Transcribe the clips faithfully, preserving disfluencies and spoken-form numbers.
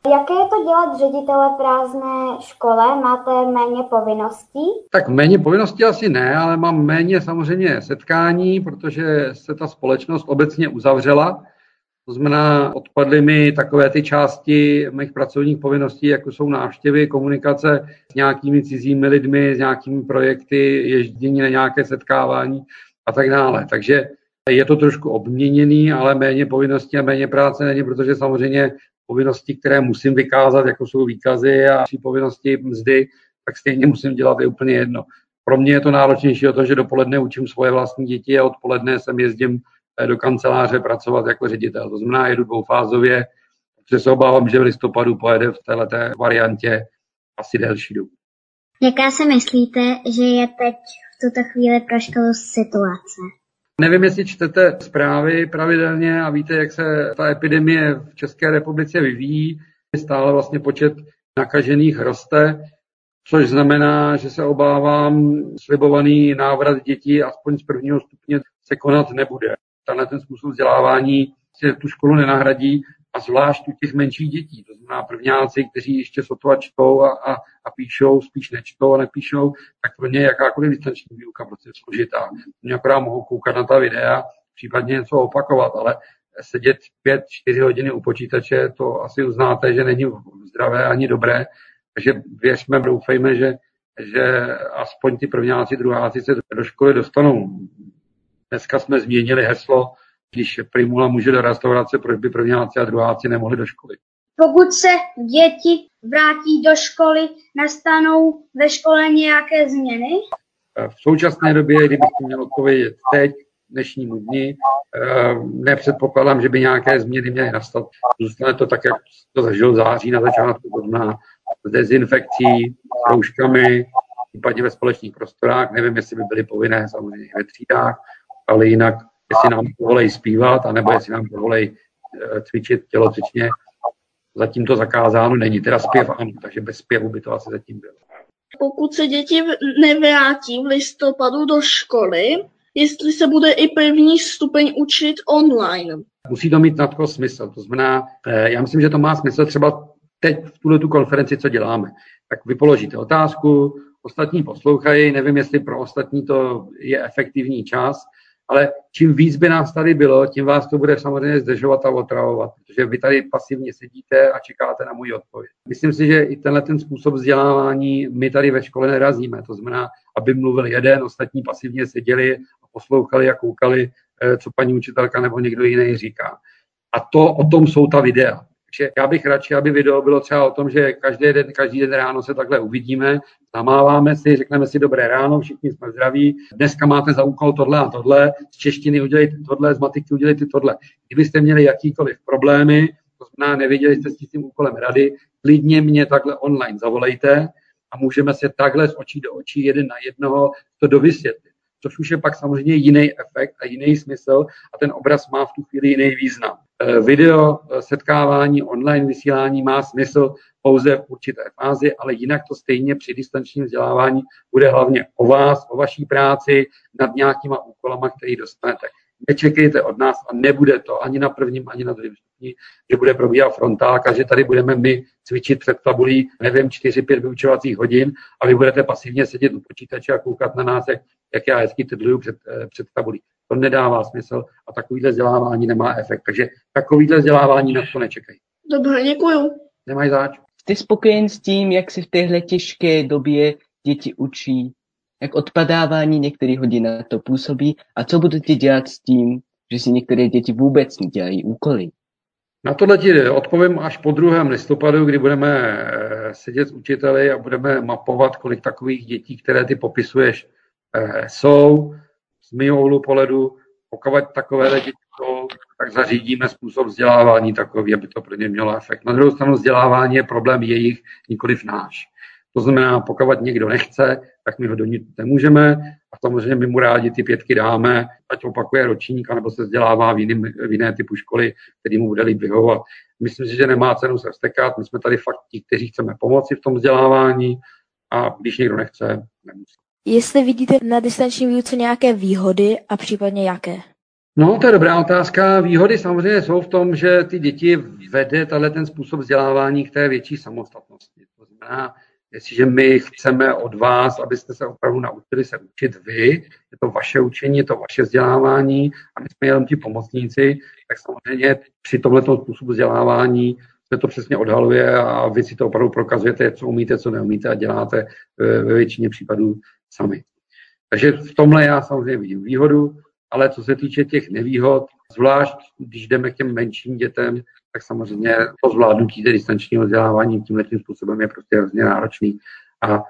Jaké je to dělat ředitele prázdné škole? Máte méně povinností? Tak méně povinností asi ne, ale mám méně samozřejmě setkání, protože se ta společnost obecně uzavřela. To znamená, odpadly mi takové ty části mých pracovních povinností, jako jsou návštěvy, komunikace s nějakými cizími lidmi, s nějakými projekty, ježdění na nějaké setkávání a tak dále. Takže je to trošku obměněný, ale méně povinností a méně práce není, protože samozřejmě povinnosti, které musím vykázat, jako jsou výkazy a povinnosti mzdy, tak stejně musím dělat, je úplně jedno. Pro mě je to náročnější o to, že dopoledne učím svoje vlastní děti a odpoledne sem jezdím do kanceláře pracovat jako ředitel. To znamená, jedu dvoufázově, protože se obávám, že v listopadu pojede v této variantě asi delší dobu. Jaká si myslíte, že je teď v tuto chvíli pro školu situace? Nevím, jestli čtete zprávy pravidelně a víte, jak se ta epidemie v České republice vyvíjí. Stále vlastně počet nakažených roste, což znamená, že se obávám, slibovaný návrat dětí aspoň z prvního stupně se konat nebude. Tenhle ten způsob vzdělávání si tu školu nenahradí, a zvlášť u těch menších dětí. To znamená prvňáci, kteří ještě sotva čtou a, a, a píšou, spíš nečtou a nepíšou, tak pro ně jakákoliv distanční výuka prostě složitá. Oni akorát mohou koukat na ta videa, případně něco opakovat, ale sedět pět, čtyři hodiny u počítače, to asi uznáte, že není zdravé ani dobré. Takže věřme, doufejme, že, že aspoň ty prvňáci, druháci se do školy dostanou. Dneska jsme změnili heslo, když primula může do restaurace, proč by prvňáci a druháci nemohli do školy. Pokud se děti vrátí do školy, nastanou ve škole nějaké změny? V současné době, kdybyste měl odpovědět teď, dnešnímu dni, nepředpokládám, že by nějaké změny měly nastat. Zůstane to tak, jak to zažil v září na začátku, to znamená s dezinfekcí, s rouškami, případně ve společných prostorách. Nevím, jestli by byly povinné samozřejmě ve třídách, ale jinak, jestli nám povolej zpívat, anebo jestli nám povolej cvičit tělocvičně, zatím to zakázáno není. Teda zpěv ano, takže bez zpěvu by to asi zatím bylo. Pokud se děti nevrátí v listopadu do školy, jestli se bude i první stupeň učit online. Musí to mít na to smysl. To znamená, já myslím, že to má smysl třeba teď v tuhle tu konferenci, co děláme. Tak vy položíte otázku, ostatní poslouchají, nevím, jestli pro ostatní to je efektivní čas, ale čím víc by nás tady bylo, tím vás to bude samozřejmě zdržovat a otravovat, protože vy tady pasivně sedíte a čekáte na můj odpověď. Myslím si, že i tenhle ten způsob vzdělávání my tady ve škole nerazíme. To znamená, aby mluvil jeden, ostatní pasivně seděli a poslouchali a koukali, co paní učitelka nebo někdo jiný říká. A to o tom jsou ta videa. Takže já bych radši, aby video bylo třeba o tom, že každý den, každý den ráno se takhle uvidíme, zamáváme si, řekneme si dobré ráno, všichni jsme zdraví, dneska máte za úkol tohle a tohle, z češtiny udělejte tohle, z matiky udělejte tohle. Kdybyste měli jakýkoliv problémy, to znamená, nevěděli jste s tím úkolem rady, klidně mě takhle online zavolejte a můžeme se takhle z očí do očí jeden na jednoho to dovysvětlit. Což už je pak samozřejmě jiný efekt a jiný smysl a ten obraz má v tu chvíli jiný význam. Video setkávání, online vysílání má smysl pouze v určité fázi, ale jinak to stejně při distančním vzdělávání bude hlavně o vás, o vaší práci, nad nějakýma úkolama, který dostanete. Nečekejte od nás a nebude to ani na prvním, ani na druhém stupni, že bude probíhat frontálka, že tady budeme my cvičit před tabulí, nevím, čtyři pět vyučovacích hodin a vy budete pasivně sedět u počítače a koukat na nás, jak, jak já hezky tydluju před, před tabulí. To nedává smysl a takovýhle vzdělávání nemá efekt. Takže takovýhle vzdělávání na to nečekají. Dobře, děkuju. Nemají záč. Jste spokojen s tím, jak se v téhle těžké době děti učí? Jak odpadávání některých hodin na to působí? A co budete dělat s tím, že si některé děti vůbec nedělají úkoly? Na tohle ti odpovím až po druhém listopadu, kdy budeme sedět s učiteli a budeme mapovat, kolik takových dětí, které ty popisuješ, jsou. Z mého úhlu pohledu, pokud takové děti jsou, tak zařídíme způsob vzdělávání takový, aby to pro ně mělo efekt. Na druhou stranu vzdělávání je problém jejich, nikoliv náš. To znamená, pokud někdo nechce, tak my ho donit nemůžeme a samozřejmě my mu rádi ty pětky dáme, ať opakuje ročník, nebo se vzdělává v, jiným, v jiné typu školy, který mu bude líp vyhovovat. Myslím si, že nemá cenu se vztekat, my jsme tady fakt ti, kteří chceme pomoci v tom vzdělávání a když někdo nechce, nemusí. Jestli vidíte na distanční výuce nějaké výhody a případně jaké? No, to je dobrá otázka. Výhody samozřejmě jsou v tom, že ty děti vede tenhle ten způsob vzdělávání k té větší samostatnosti. To znamená, jestliže my chceme od vás, abyste se opravdu naučili se učit vy, je to vaše učení, je to vaše vzdělávání a my jsme jenom ti pomocníci, tak samozřejmě při tomhletom způsobu vzdělávání se to přesně odhaluje a vy si to opravdu prokazujete, co umíte, co neumíte a děláte ve většině případů sami. Takže v tomhle já samozřejmě vidím výhodu, ale co se týče těch nevýhod, zvlášť když jdeme k těm menším dětem, tak samozřejmě to zvládnutí té distančního vzdělávání tímhletím způsobem je prostě hrozně náročný. A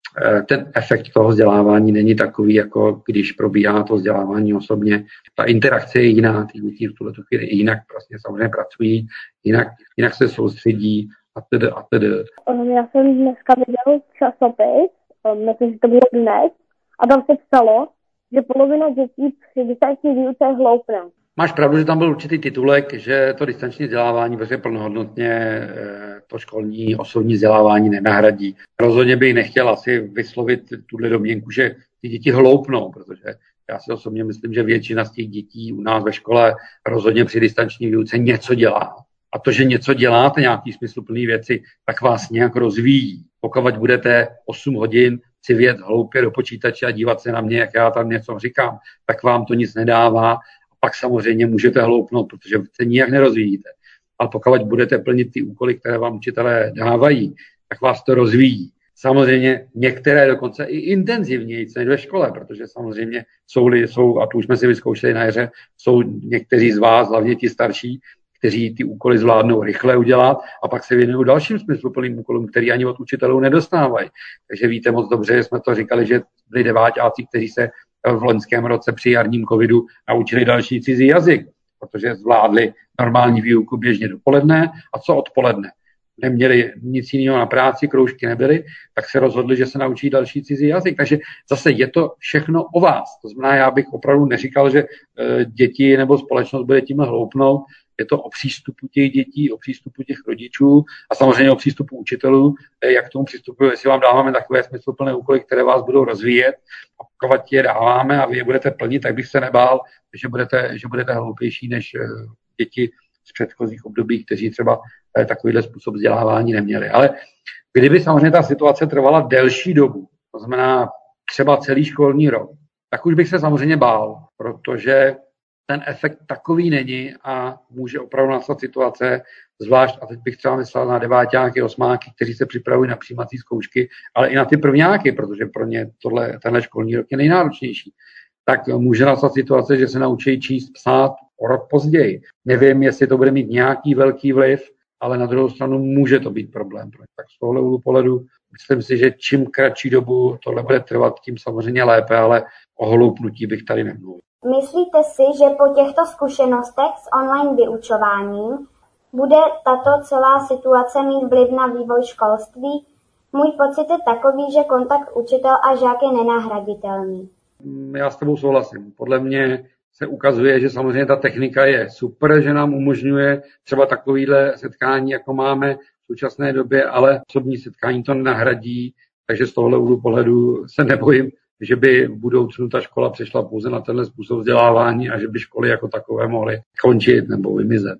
ten efekt toho vzdělávání není takový, jako když probíhá to vzdělávání osobně. Ta interakce je jiná, ty děti v tuhle chvíli jinak prostě samozřejmě pracují, jinak, jinak se soustředí a tedy a tedy. Já jsem dneska viděl časopis, myslím, že to bylo dnes, a tam se psalo, že polovina dětí při distanční výuce hloupne. Máš pravdu, že tam byl určitý titulek, že to distanční vzdělávání vlastně plnohodnotně to školní osobní vzdělávání nenahradí. Rozhodně bych nechtěl asi vyslovit tuhle domněnku, že ty děti hloupnou, protože já si osobně myslím, že většina z těch dětí u nás ve škole rozhodně při distanční výuce něco dělá. A to, že něco děláte, nějaký smysluplný věci, tak vás nějak rozvíjí. Pokud budete osm hodin si vědět hloupě do počítače a dívat se na mě, jak já tam něco říkám, tak vám to nic nedává. A pak samozřejmě můžete hloupnout, protože se nijak nerozvíjíte. Ale pokud budete plnit ty úkoly, které vám učitelé dávají, tak vás to rozvíjí. Samozřejmě některé dokonce i intenzivněji než ve škole, protože samozřejmě jsou, jsou, a to už jsme si vyzkoušeli na jaře, jsou někteří z vás, hlavně ti starší, kteří ty úkoly zvládnou rychle udělat a pak se věnují dalším smysluplným úkolům, který ani od učitelů nedostávají. Takže víte moc dobře, že jsme to říkali, že byli deváťáci, kteří se v loňském roce při jarním covidu naučili další cizí jazyk, protože zvládli normální výuku běžně dopoledne a co odpoledne. Neměli nic jiného na práci, kroužky nebyly, tak se rozhodli, že se naučí další cizí jazyk. Takže zase je to všechno o vás. To znamená, já bych opravdu neříkal, že děti nebo společnost bude tímhle hloupnout. Je to o přístupu těch dětí, o přístupu těch rodičů a samozřejmě o přístupu učitelů, jak k tomu přistupují, jestli vám dáváme takové smysluplné úkoly, které vás budou rozvíjet a pokud je dáváme a vy je budete plnit, tak bych se nebál, že budete, že budete hloupější než děti z předchozích období, kteří třeba takovýhle způsob vzdělávání neměli. Ale kdyby samozřejmě ta situace trvala delší dobu, to znamená třeba celý školní rok, tak už bych se samozřejmě bál, protože ten efekt takový není a může opravdu nastat situace, zvlášť, a teď bych třeba myslel na deváťáky, osmáky, kteří se připravují na přijímací zkoušky, ale i na ty prvňáky, protože pro ně tohle, tenhle školní rok je nejnáročnější. Tak může nastat situace, že se naučí číst, psát o rok později. Nevím, jestli to bude mít nějaký velký vliv, ale na druhou stranu může to být problém. Tak z tohle úhlu pohledu myslím si, že čím kratší dobu tohle bude trvat, tím samozřejmě lépe, ale o hloupnutí bych tady nemluvil. Myslíte si, že po těchto zkušenostech s online vyučováním bude tato celá situace mít vliv na vývoj školství? Můj pocit je takový, že kontakt učitel a žák je nenahraditelný. Já s tebou souhlasím. Podle mě se ukazuje, že samozřejmě ta technika je super, že nám umožňuje třeba takovýhle setkání, jako máme v současné době, ale osobní setkání to nenahradí, takže z tohohle úhlu pohledu se nebojím, že by v budoucnu ta škola přešla pouze na tenhle způsob vzdělávání a že by školy jako takové mohly končit nebo vymizet.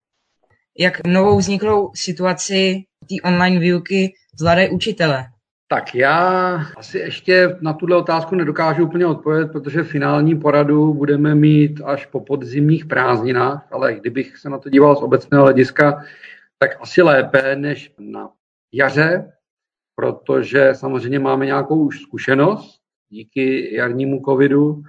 Jak novou vzniklou situaci té online výuky zvládají učitele? Tak já asi ještě na tuhle otázku nedokážu úplně odpovědět, protože finální poradu budeme mít až po podzimních prázdninách, ale kdybych se na to díval z obecného hlediska, tak asi lépe než na jaře, protože samozřejmě máme nějakou už zkušenost díky jarnímu covidu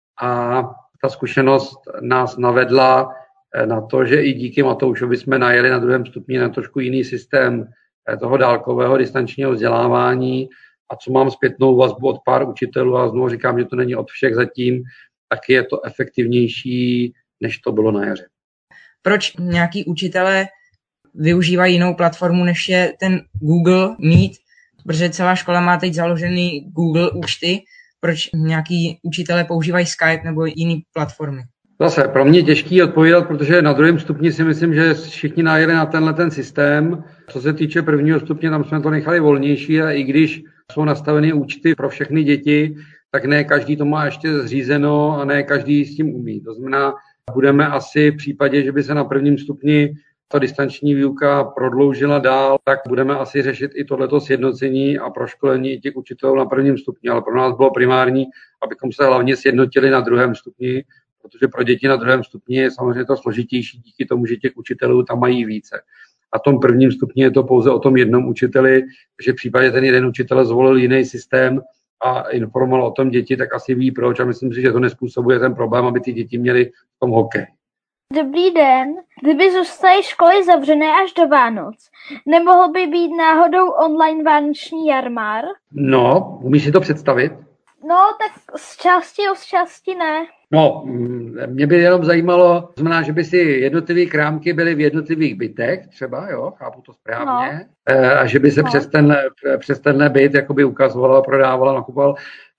a ta zkušenost nás navedla na to, že i díky Matoušovi jsme najeli na druhém stupni na trošku jiný systém toho dálkového distančního vzdělávání a co mám zpětnou vazbu od pár učitelů a znovu říkám, že to není od všech zatím, tak je to efektivnější, než to bylo na jaře. Proč nějaký učitelé využívají jinou platformu, než je ten Google Meet, protože celá škola má teď založený Google účty, proč nějaký učitelé používají Skype nebo jiné platformy? Zase pro mě těžký odpovídat, protože na druhém stupni si myslím, že všichni najeli na tenhle ten systém. Co se týče prvního stupně, tam jsme to nechali volnější a i když jsou nastaveny účty pro všechny děti, tak ne každý to má ještě zřízeno a ne každý s tím umí. To znamená, budeme asi v případě, že by se na prvním stupni ta distanční výuka prodloužila dál, tak budeme asi řešit i tohleto sjednocení a proškolení těch učitelů na prvním stupni, ale pro nás bylo primární, abychom se hlavně sjednotili na druhém stupni, protože pro děti na druhém stupni je samozřejmě to složitější díky tomu, že těch učitelů tam mají více. A v tom prvním stupni je to pouze o tom jednom učiteli, že v případě ten jeden učitel zvolil jiný systém a informoval o tom děti, tak asi ví proč a myslím si, že to nespůsobuje ten problém, aby ty děti měly v tom hokej. Dobrý den. Kdyby zůstaly školy zavřené až do Vánoc, nemohl by být náhodou online vánoční jarmár? No, umíš si to představit? No, tak z části z části ne. No, mě by jenom zajímalo, znamená, že by si jednotlivé krámky byly v jednotlivých bytech, třeba, jo, chápu to správně, no. A že by se no. přes, tenhle, přes tenhle byt jakoby ukazovala, prodávala, nakupoval.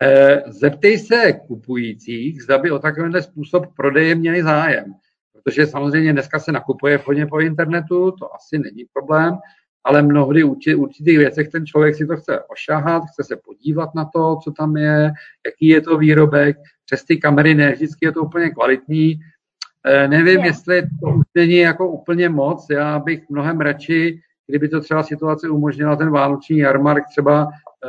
Zeptej se kupujících, zda by o takovýmhle způsob prodeje měli zájem. Protože samozřejmě dneska se nakupuje hodně po internetu, to asi není problém, ale mnohdy v určitých věcech ten člověk si to chce ošahat, chce se podívat na to, co tam je, jaký je to výrobek. Přes ty kamery ne vždycky je to úplně kvalitní. E, nevím, je. jestli to už není jako úplně moc. Já bych mnohem radši, kdyby to třeba situace umožnila, ten vánoční jarmark třeba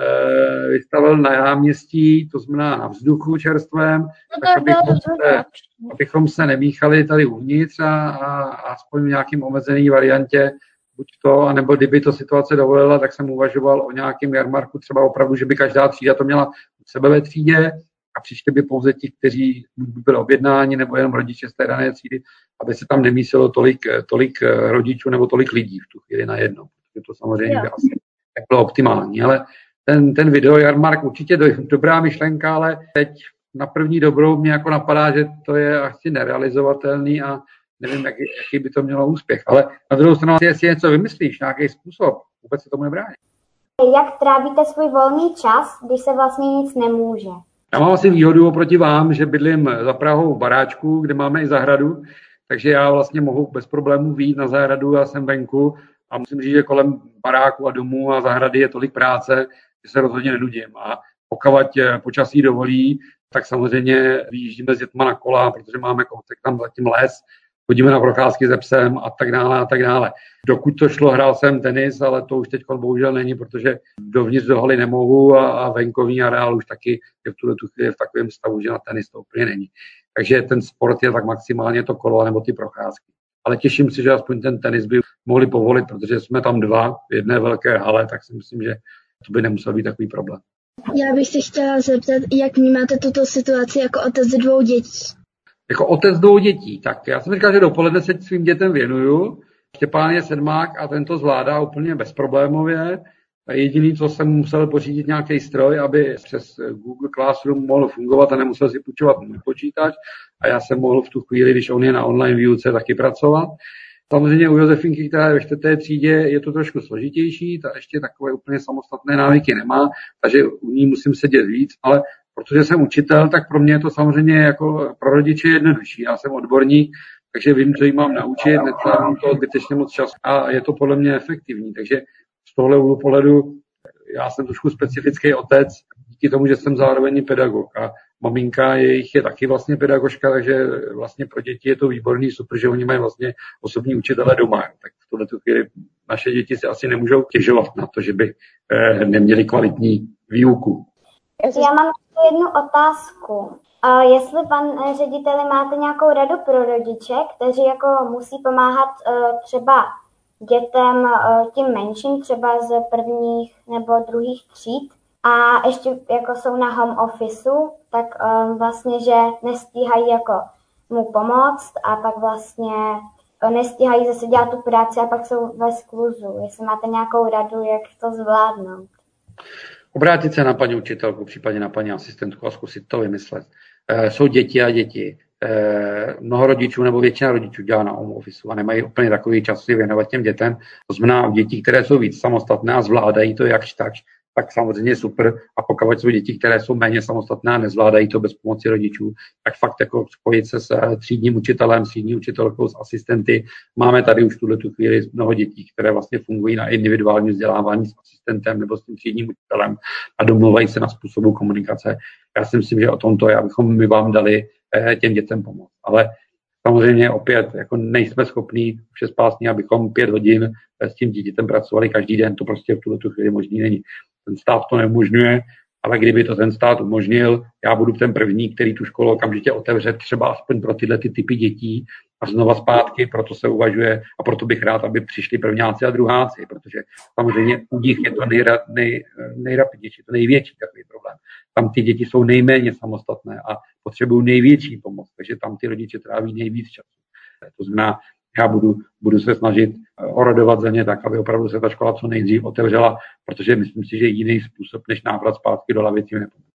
e, vystavil na náměstí, to znamená na vzduchu čerstvém, no tak abychom se, abychom se nemíchali tady uvnitř a, a aspoň v nějakým omezený variantě buď to, anebo kdyby to situace dovolila, tak jsem uvažoval o nějakém jarmarku, třeba opravdu, že by každá třída to měla u sebe ve třídě a přišli by pouze ti, kteří by byli objednáni, nebo jenom rodiče z té dané třídy, aby se tam nemísilo tolik, tolik rodičů nebo tolik lidí v tu chvíli najednou. To samozřejmě by asi nebylo optimální, ale ten, ten video jarmark určitě do, dobrá myšlenka, ale teď na první dobrou mě jako napadá, že to je asi nerealizovatelný a nevím, jaký, jaký by to mělo úspěch. Ale na druhou stranu, jestli něco vymyslíš, nějaký způsob, vůbec se tomu nebrání. Jak trávíte svůj volný čas, když se vlastně nic nemůže? Já mám asi výhodu oproti vám, že bydlím za Prahou v baráčku, kde máme i zahradu, takže já vlastně mohu bez problémů vyjít na zahradu a jsem venku a musím říct, že kolem baráku a domů a zahrady je tolik práce, že se rozhodně nenudím. A pokud počasí dovolí, tak samozřejmě vyjíždíme s dětma na kola, protože máme kousek tam zatím les, chodíme na procházky se psem a tak dále a tak dále. Dokud to šlo, hrál jsem tenis, ale to už teď bohužel není, protože dovnitř do haly nemohu a, a venkovní areál už taky je v tuhle tu chvíli v takovém stavu, že na tenis to úplně není. Takže ten sport je tak maximálně to kolo nebo ty procházky. Ale těším se, že aspoň ten tenis by mohli povolit, protože jsme tam dva v jedné velké hale, tak si myslím, že to by nemusel být takový problém. Já bych se chtěla zeptat, jak vnímáte tuto situaci jako otec dvou dětí? Jako otec dvou dětí, tak já jsem říkal, že dopoledne se svým dětem věnuju. Štěpán je sedmák a ten to zvládá úplně bezproblémově. Jediný, co jsem musel pořídit nějaký stroj, aby přes Google Classroom mohl fungovat a nemusel si půjčovat můj počítač. A já jsem mohl v tu chvíli, když on je na online výuce, taky pracovat. Samozřejmě u Josefinky, která je ve čtvrté třídě, je to trošku složitější, ta ještě takové úplně samostatné návyky nemá, takže u ní musím sedět víc, ale protože jsem učitel, tak pro mě je to samozřejmě jako pro rodiče jednodušší. Já jsem odborník, takže vím, co jí mám naučit, netrávím to zbytečně moc času a je to podle mě efektivní. Takže z tohle úhlu pohledu já jsem trošku specifický otec, díky tomu, že jsem zároveň pedagog a maminka jejich je taky vlastně pedagožka, takže vlastně pro děti je to výborný, super, že oni mají vlastně osobní učitele doma. Tak v tuhle chvíli naše děti si asi nemůžou těžovat na to, že by eh, neměli kvalitní výuku. Já mám jednu otázku. A jestli, pan řediteli, máte nějakou radu pro rodiče, kteří jako musí pomáhat uh, třeba dětem uh, tím menším, třeba z prvních nebo druhých tříd a ještě jako jsou na home officeu, tak uh, vlastně, že nestíhají jako mu pomoct a pak vlastně uh, nestíhají zase dělat tu práci a pak jsou ve skluzu. Jestli máte nějakou radu, jak to zvládnout. Obrátit se na paní učitelku, případně na paní asistentku a zkusit to vymyslet. E, jsou děti a děti. E, mnoho rodičů nebo většina rodičů dělá na home officeu a nemají úplně takový čas si věnovat těm dětem. To znamená děti, které jsou víc samostatné a zvládají to jakž takž, tak samozřejmě super. A pokud jsou děti, které jsou méně samostatné a nezvládají to bez pomoci rodičů, tak fakt jako spojit se s třídním učitelem, s třídní učitelkou, s asistenty. Máme tady už v tuhle tu chvíli mnoho dětí, které vlastně fungují na individuální vzdělávání s asistentem nebo s tím třídním učitelem a domluvají se na způsobu komunikace. Já si myslím, že o tomto, abychom my vám dali těm dětem pomoct. Ale samozřejmě opět jako nejsme schopní všespásně, abychom pět hodin s tím dítětem pracovali každý den, to prostě v tuto chvíli možný není. Ten stát to neumožňuje, ale kdyby to ten stát umožnil, já budu ten první, který tu školu okamžitě otevře, třeba aspoň pro tyhle ty typy dětí a znova zpátky, proto se uvažuje a proto bych rád, aby přišli prvňáci a druháci, protože samozřejmě u nich je to nejra, nej, nejrapidnější, to největší takový problém. Tam ty děti jsou nejméně samostatné a potřebují největší pomoc, takže tam ty rodiče tráví nejvíc času. To znamená, já budu, budu se snažit orodovat za ně tak, aby opravdu se ta škola co nejdřív otevřela, protože myslím si, že jiný způsob než návrat zpátky do lavic jim nepomůže.